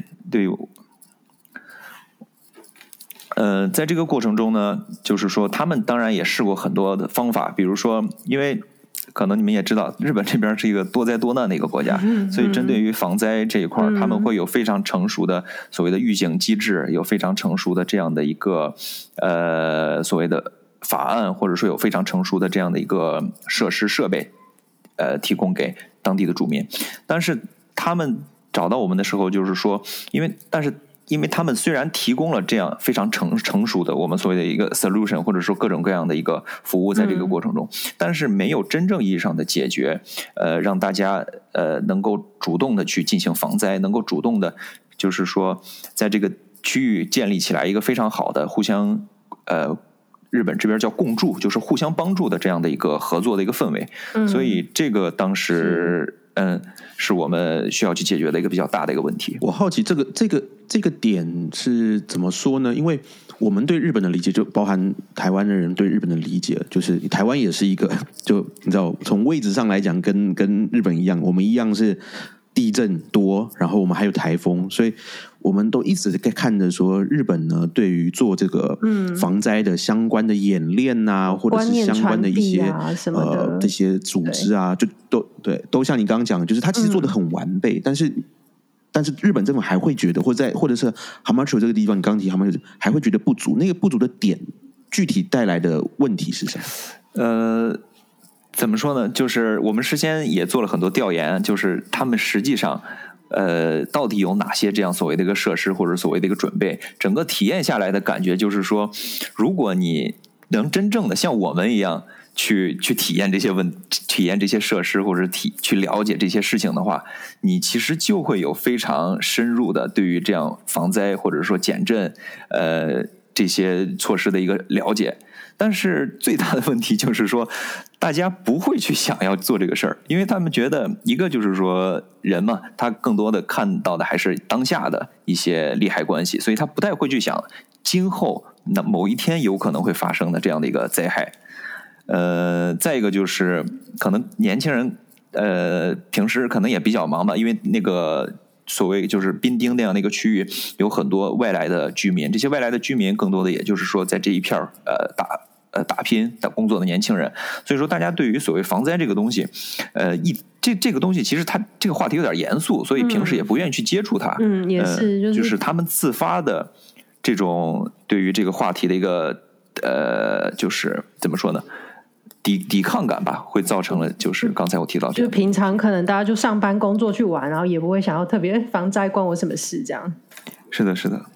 在这个过程中呢，就是说他们当然也试过很多的方法，比如说，因为可能你们也知道，日本这边是一个多灾多难的一个国家，所以针对于防灾这一块，他们会有非常成熟的所谓的预警机制，有非常成熟的这样的一个所谓的法案，或者说有非常成熟的这样的一个设施设备提供给当地的住民。但是他们找到我们的时候，就是说，因为他们虽然提供了这样非常成熟的我们所谓的一个 solution， 或者说各种各样的一个服务在这个过程中，但是没有真正意义上的解决让大家能够主动的去进行防灾，能够主动的就是说在这个区域建立起来一个非常好的互相日本这边叫共助，就是互相帮助的这样的一个合作的一个氛围。所以这个当时是我们需要去解决的一个比较大的一个问题。 我好奇这个点是怎么说呢？因为我们对日本的理解，就包含台湾的人对日本的理解，就是台湾也是一个，就你知道，从位置上来讲，跟日本一样，我们一样是地震多，然后我们还有台风，所以我们都一直在看着说，日本呢对于做这个防灾的相关的演练啊，或者是相关的一些这些组织啊，就都像你刚刚讲的，就是他其实做的很完备，但是日本政府还会觉得，或者是蛤蟆球这个地方，你刚刚提蛤蟆球还会觉得不足，那个不足的点具体带来的问题是什么？ 怎么说呢？就是我们事先也做了很多调研，就是他们实际上到底有哪些这样所谓的一个设施或者所谓的一个准备，整个体验下来的感觉就是说，如果你能真正的像我们一样去体验这些设施，或者去了解这些事情的话，你其实就会有非常深入的对于这样防灾或者说减震这些措施的一个了解。但是最大的问题就是说，大家不会去想要做这个事儿，因为他们觉得一个就是说人嘛，他更多的看到的还是当下的一些利害关系，所以他不太会去想今后那某一天有可能会发生的这样的一个灾害。再一个就是可能年轻人平时可能也比较忙吧，因为那个所谓就是滨町那样的一个区域有很多外来的居民，这些外来的居民更多的也就是说在这一片打拼的工作的年轻人，所以说大家对于所谓防灾这个东西这个东西其实它这个话题有点严肃，所以平时也不愿意去接触它。 也是就是他们自发的这种对于这个话题的一个就是怎么说呢？抵抗感吧，会造成了就是刚才我提到这就平常可能大家就上班工作去玩，然后也不会想要特别防灾关我什么事这样。 是的，是的。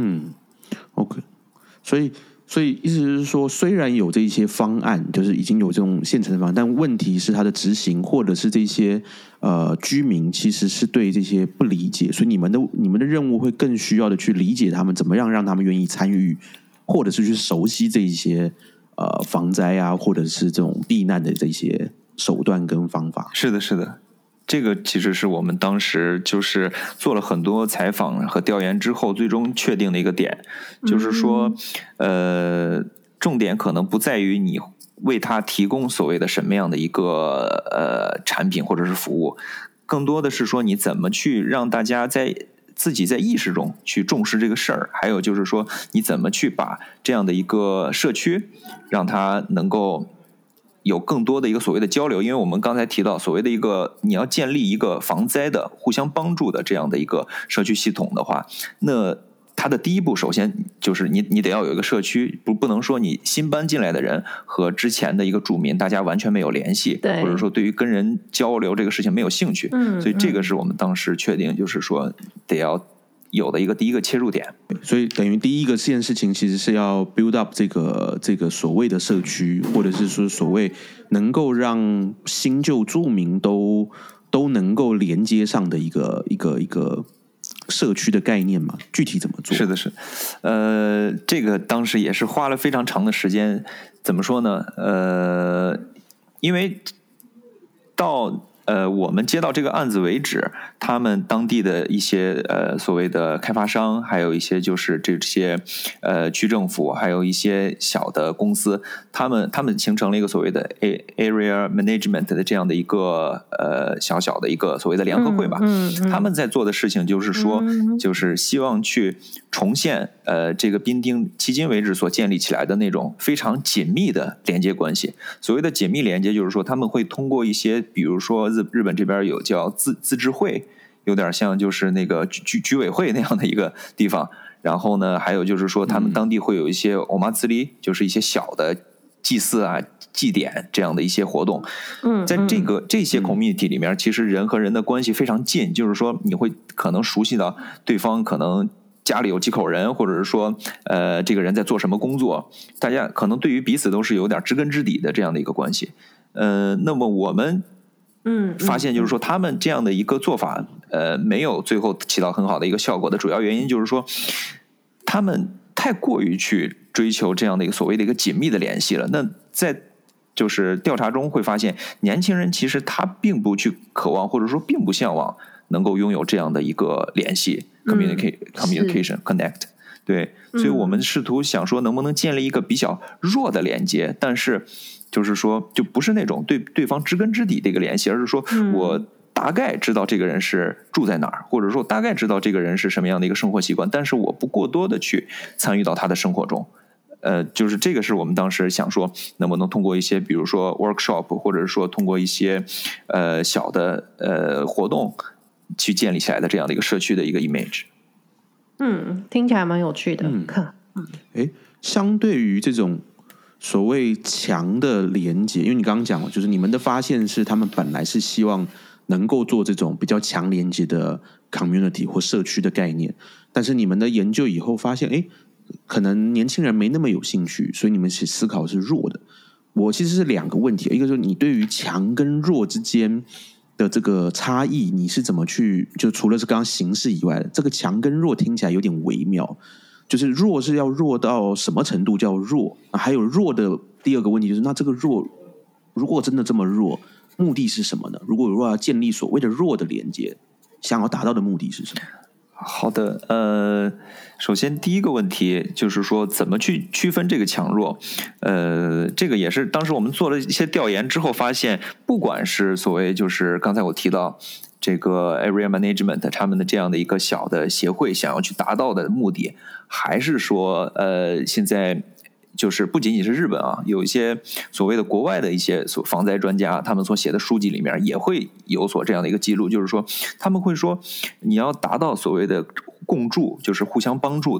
OK， 所以意思是说，虽然有这些方案，就是已经有这种现成的方案，但问题是它的执行，或者是这些居民其实是对这些不理解，所以你们的任务会更需要的去理解他们，怎么样让他们愿意参与，或者是去熟悉这一些防灾啊，或者是这种避难的这些手段跟方法。 是的，是的。这个其实是我们当时就是做了很多采访和调研之后，最终确定的一个点，就是说，重点可能不在于你为他提供所谓的什么样的一个产品或者是服务，更多的是说你怎么去让大家自己在意识中去重视这个事儿，还有就是说你怎么去把这样的一个社区让它能够有更多的一个所谓的交流，因为我们刚才提到所谓的一个你要建立一个防灾的互相帮助的这样的一个社区系统的话，那它的第一步首先就是你得要有一个社区，不能说你新搬进来的人和之前的一个住民大家完全没有联系，或者说对于跟人交流这个事情没有兴趣，所以这个是我们当时确定就是说得要有的第一个切入点。 所以等于第一个这件事情其实是要 build up 这个所谓的社区，或者是说所谓能够让新旧住民都能够连接上的一个社区的概念嘛？具体怎么做？ 是的，是，这个当时也是花了非常长的时间。怎么说呢？因为到我们接到这个案子为止，他们当地的一些所谓的开发商，还有一些就是这些区政府，还有一些小的公司，他们形成了一个所谓的 area management 的这样的一个小小的一个所谓的联合会吧。他们在做的事情就是说，就是希望去重现这个滨町迄今为止所建立起来的那种非常紧密的连接关系。所谓的紧密连接，就是说他们会通过一些，比如说日本这边有叫自治会，有点像就是那个居委会那样的一个地方。然后呢，还有就是说他们当地会有一些お祭り，就是一些小的祭祀啊、祭典这样的一些活动。在这些 community 里面，其实人和人的关系非常近，就是说你会可能熟悉到对方可能家里有几口人，或者是说这个人在做什么工作，大家可能对于彼此都是有点知根知底的这样的一个关系。那么我们发现就是说他们这样的一个做法没有最后起到很好的一个效果的主要原因就是说他们太过于去追求这样的一个所谓的一个紧密的联系了。那在就是调查中会发现，年轻人其实他并不去渴望，或者说并不向往能够拥有这样的一个联系，communication connect。对，所以我们试图想说能不能建立一个比较弱的连接，但是就是说就不是那种对对方知根知底的一个联系，而是说我大概知道这个人是住在哪儿，或者说大概知道这个人是什么样的一个生活习惯，但是我不过多的去参与到他的生活中。就是这个是我们当时想说能不能通过一些比如说 workshop， 或者是说通过一些小的活动去建立起来的这样的一个社区的一个 image。 听起来蛮有趣的。 相对于这种所谓强的连结，因为你刚刚讲了，就是你们的发现是他们本来是希望能够做这种比较强连结的 community 或社区的概念，但是你们的研究以后发现，可能年轻人没那么有兴趣，所以你们去思考是弱的。我其实是两个问题，一个就是你对于强跟弱之间的这个差异，你是怎么去？就除了是刚刚形式以外，这个强跟弱听起来有点微妙。就是弱是要弱到什么程度叫弱？还有弱的第二个问题就是，那这个弱如果真的这么弱，目的是什么呢？如果要建立所谓的弱的连接，想要达到的目的是什么？ 好的，首先第一个问题就是说怎么去区分这个强弱，这个也是当时我们做了一些调研之后发现，不管是所谓就是刚才我提到这个 area management 他们的这样的一个小的协会想要去达到的目的，还是说现在就是不仅仅是日本啊，有一些所谓的国外的一些防灾专家，他们所写的书籍里面也会有所这样的一个记录，就是说他们会说你要达到所谓的共助，就是互相帮助的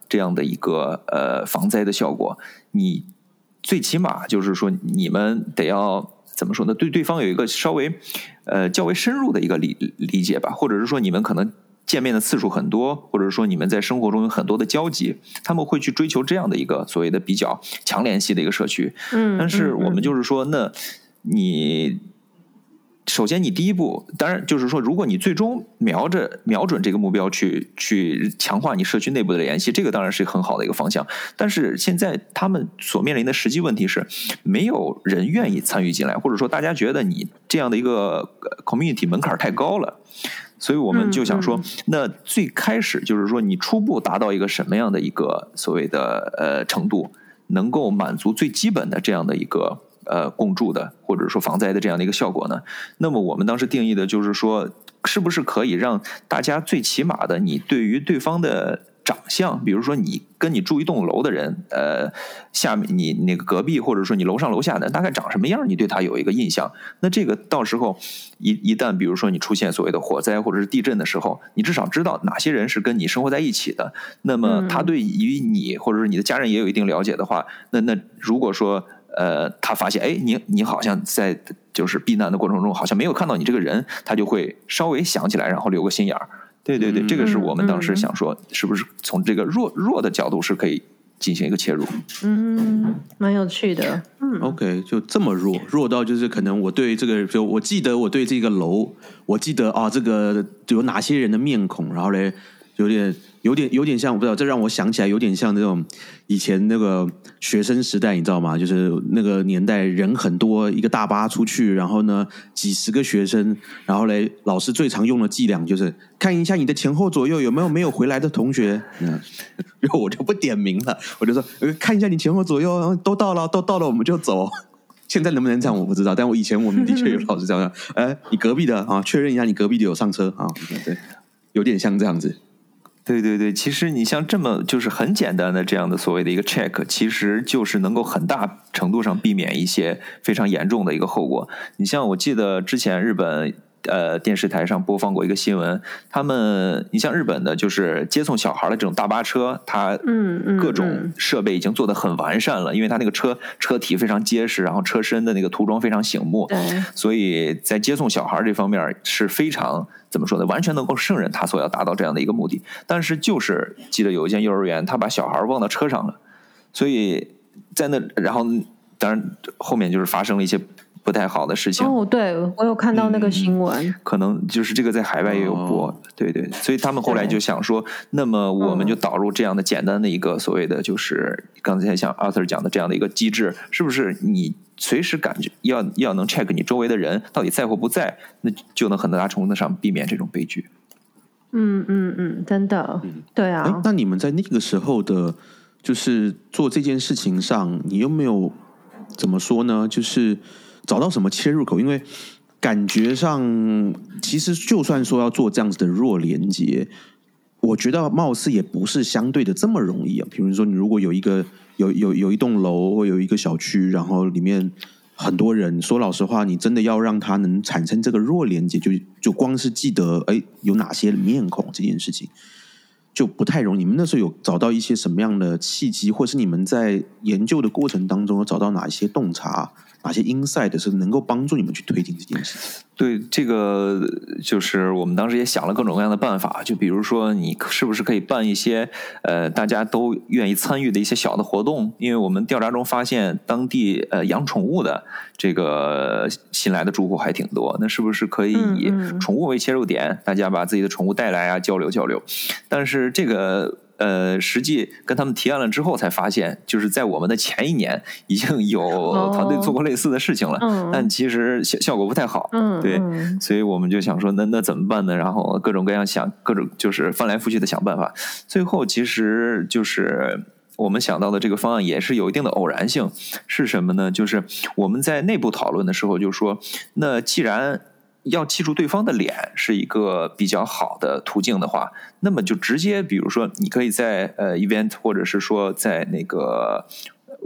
这样的一个防灾的效果，你最起码就是说你们得要怎么说呢？对对方有一个稍微较为深入的一个理解吧，或者是说你们可能见面的次数很多，或者说你们在生活中有很多的交集，他们会去追求这样的一个所谓的比较强联系的一个社区。但是我们就是说，那你首先你第一步，当然就是说，如果你最终瞄准这个目标去强化你社区内部的联系，这个当然是很好的一个方向。但是现在他们所面临的实际问题是，没有人愿意参与进来，或者说大家觉得你这样的一个 community 门槛太高了。所以我们就想说，那最开始就是说，你初步达到一个什么样的一个所谓的程度，能够满足最基本的这样的一个共住的或者说防灾的这样的一个效果呢？那么我们当时定义的就是说，是不是可以让大家最起码的，你对于对方的长相，比如说你跟你住一栋楼的人，下面你那个隔壁或者说你楼上楼下的大概长什么样，你对他有一个印象。那这个到时候一旦比如说你出现所谓的火灾或者是地震的时候，你至少知道哪些人是跟你生活在一起的。那么他对于你或者是你的家人也有一定了解的话，那如果说他发现，哎，你好像在就是避难的过程中好像没有看到你这个人，他就会稍微想起来，然后留个心眼儿。对对对，这个是我们当时想说，是不是从这个弱的角度是可以进行一个切入？ 蛮有趣的。 OK， 就这么弱到就是可能我对这个，就我记得我对这个楼，我记得啊，这个有哪些人的面孔，然后嘞，有点像，我不知道，这让我想起来有点像那种以前那个学生时代，你知道吗？就是那个年代人很多，一个大巴出去，然后呢几十个学生，然后嘞老师最常用的伎俩就是看一下你的前后左右有没有回来的同学，然后我就不点名了，我就说看一下你前后左右都到了我们就走。现在能不能这样我不知道，但我以前我们的确有老师这样，你隔壁的啊，确认一下你隔壁的有上车啊，对，有点像这样子。 对对对，其实你像这么就是很简单的这样的所谓的一个 check， 其实就是能够很大程度上避免一些非常严重的一个后果。你像我记得之前日本电视台上播放过一个新闻，你像日本的就是接送小孩的这种大巴车，它各种设备已经做得很完善了，因为它那个车体非常结实，然后车身的那个涂装非常醒目，所以在接送小孩这方面是非常怎么说呢，完全能够胜任他所要达到这样的一个目的。但是就是记得有一间幼儿园，他把小孩忘到车上了，所以在那，然后当然后面就是发生了一些不太好的事情。 对，我有看到那个新闻， 可能就是这个在海外也有播，对对，所以他们后来就想说，那么我们就导入这样的简单的一个所谓的就是刚才像 Arthur 讲的这样的一个机制，是不是你随时感觉要能 check 你周围的人到底在或不在，那就能很大程度上避免这种悲剧。 真的，对啊。 那你们在那个时候的，就是做这件事情上，你有没有怎么说呢？就是找到什么切入口？因为感觉上，其实就算说要做这样子的弱连接，我觉得貌似也不是相对的这么容易啊。比如说，你如果有一栋楼或有一个小区，然后里面很多人，说老实话，你真的要让他能产生这个弱连接，就光是记得有哪些面孔这件事情就不太容易。你们那时候有找到一些什么样的契机，或是你们在研究的过程当中有找到哪一些洞察，哪些 insight 是能够帮助你们去推进这件事情？ 对，这个就是我们当时也想了各种各样的办法，就比如说你是不是可以办一些大家都愿意参与的一些小的活动，因为我们调查中发现当地养宠物的这个新来的住户还挺多，那是不是可以以宠物为切入点，大家把自己的宠物带来啊，交流交流。但是这个实际跟他们提案了之后才发现，就是在我们的前一年已经有团队做过类似的事情了，但其实效果不太好。对，所以我们就想说那怎么办呢？然后各种各样各种就是翻来覆去的想办法，最后其实就是我们想到的这个方案也是有一定的偶然性。是什么呢？就是我们在内部讨论的时候就说，那既然要记住对方的脸是一个比较好的途径的话，那么就直接比如说你可以在event或者是说在那个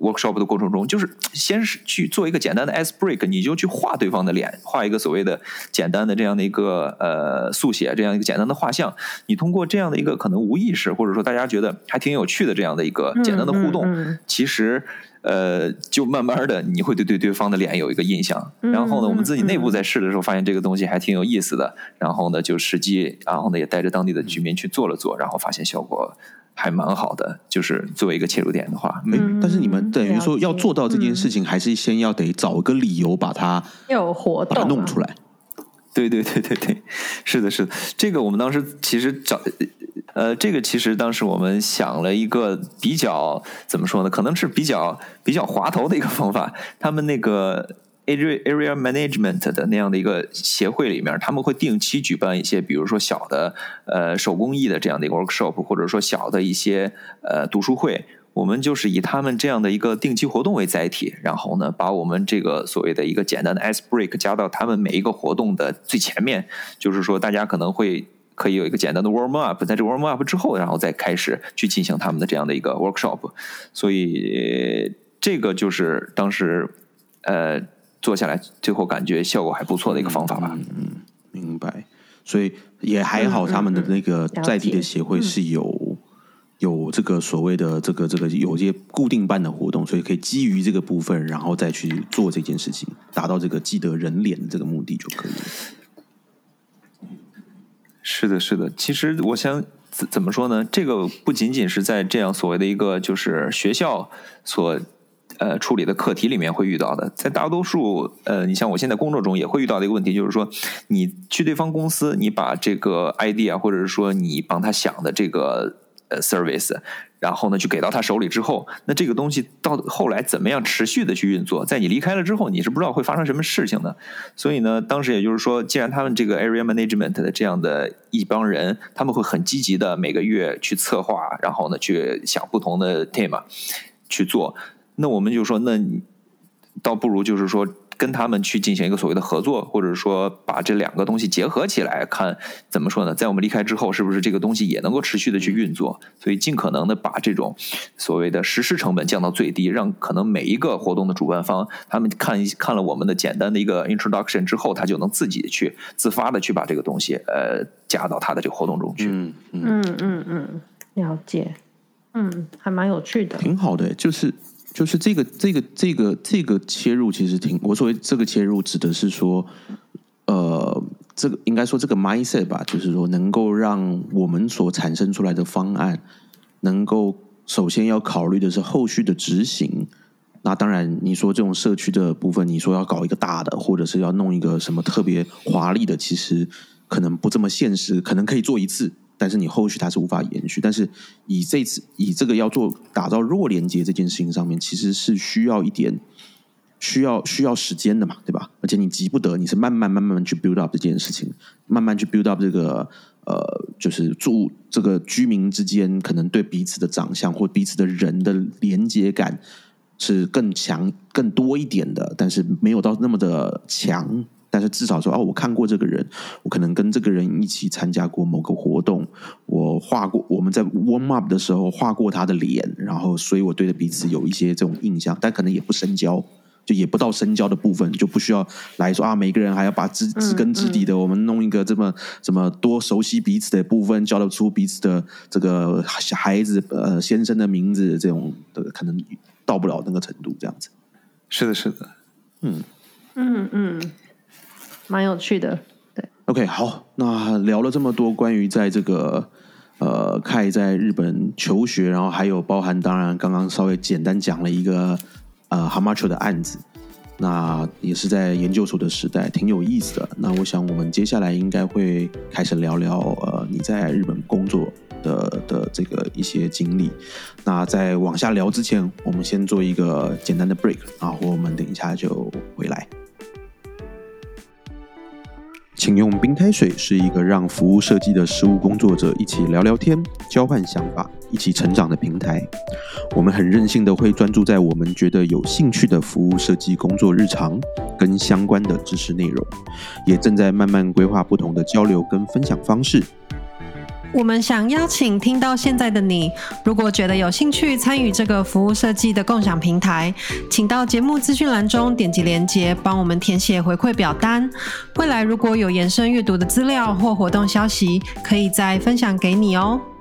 workshop 的过程中，就是先是去做一个简单的 ice break， 你就去画对方的脸，画一个所谓的简单的这样的一个速写，这样一个简单的画像。你通过这样的一个可能无意识，或者说大家觉得还挺有趣的这样的一个简单的互动，其实就慢慢的你会对对方的脸有一个印象。然后呢，我们自己内部在试的时候发现这个东西还挺有意思的，然后呢就实际，然后呢也带着当地的居民去做了做，然后发现效果还蛮好的，就是作为一个切入点的话。 但是你们等于说要做到这件事情，还是先要得找个理由把它要有活动把它弄出来。 对，是的，这个我们当时其实这个其实当时我们想了一个比较怎么说呢，可能是比较滑头的一个方法。他们那个 area management 的那样的一个协会里面，他们会定期举办一些，比如说小的手工艺的这样的一个 workshop， 或者说小的一些读书会。我们就是以他们这样的一个定期活动为载体，然后呢，把我们这个所谓的一个简单的 ice break 加到他们每一个活动的最前面，就是说大家可以有一个简单的 warm up， 在这个 warm up 之后，然后再开始去进行他们的这样的一个 workshop。所以这个就是当时做下来最后感觉效果还不错的一个方法吧。 明白。所以也还好，他们的那个在地的协会是有这个所谓的这个有一些固定办的活动，所以可以基于这个部分，然后再去做这件事情，达到这个记得人脸的这个目的就可以了。 是的。其实我想怎么说呢？这个不仅仅是在这样所谓的一个就是学校所处理的课题里面会遇到的，在大多数你像我现在工作中也会遇到的一个问题，就是说你去对方公司，你把这个 idea 或者是说你帮他想的这个service， 然后呢去给到他手里之后，那这个东西到后来怎么样持续的去运作，在你离开了之后你是不知道会发生什么事情的。所以呢当时也就是说，既然他们这个 area management 的这样的一帮人，他们会很积极的每个月去策划，然后呢去想不同的 tema 去做，那我们就说那倒不如就是说跟他们去进行一个所谓的合作，或者说把这两个东西结合起来，看怎么说呢，在我们离开之后是不是这个东西也能够持续的去运作。所以尽可能的把这种所谓的实施成本降到最低，让可能每一个活动的主办方他们看了我们的简单的一个 introduction 之后，他就能自己去自发的去把这个东西加到他的这个活动中去。 了解。还蛮有趣的， 挺好的。就是这个切入其实我所谓这个切入指的是说，这个应该说这个 mindset 吧，就是说能够让我们所产生出来的方案，能够首先要考虑的是后续的执行。那当然，你说这种社区的部分，你说要搞一个大的，或者是要弄一个什么特别华丽的，其实可能不这么现实，可能可以做一次。但是你后续它是无法延续，但是以这个要做打造弱连接这件事情上面，其实是需要一点需要时间的嘛，对吧？而且你急不得，你是慢慢去 build up 这件事情，慢慢去 build up 这个就是住这个居民之间可能对彼此的长相或彼此的人的连接感是更强更多一点的，但是没有到那么的强。但是至少说我看过这个人，我可能跟这个人一起参加过某个活动，我们在 warm up 的时候画过他的脸，然后所以我对彼此有一些这种印象，但可能也不深交，就也不到深交的部分，就不需要来说每个人还要把知根知底的，我们弄一个这么多熟悉彼此的部分，叫得出彼此的这个孩子先生的名字，这种可能到不了那个程度，这样子。 是的。 蛮有趣的。对 ，OK， 好，那聊了这么多关于在这个Kai 在日本求学，然后还有包含当然刚刚稍微简单讲了一个Hamacho 的案子，那也是在研究所的时代，挺有意思的。那我想我们接下来应该会开始聊聊你在日本工作的这个一些经历。那在往下聊之前，我们先做一个简单的 break， 然后我们等一下就回来。请用冰开水是一个让服务设计的实务工作者一起聊聊天、交换想法、一起成长的平台。我们很任性的会专注在我们觉得有兴趣的服务设计工作日常跟相关的知识内容，也正在慢慢规划不同的交流跟分享方式。 我们想邀请听到现在的你，如果觉得有兴趣参与这个服务设计的共享平台，请到节目资讯栏中点击连结，帮我们填写回馈表单。未来如果有延伸阅读的资料或活动消息，可以再分享给你哦。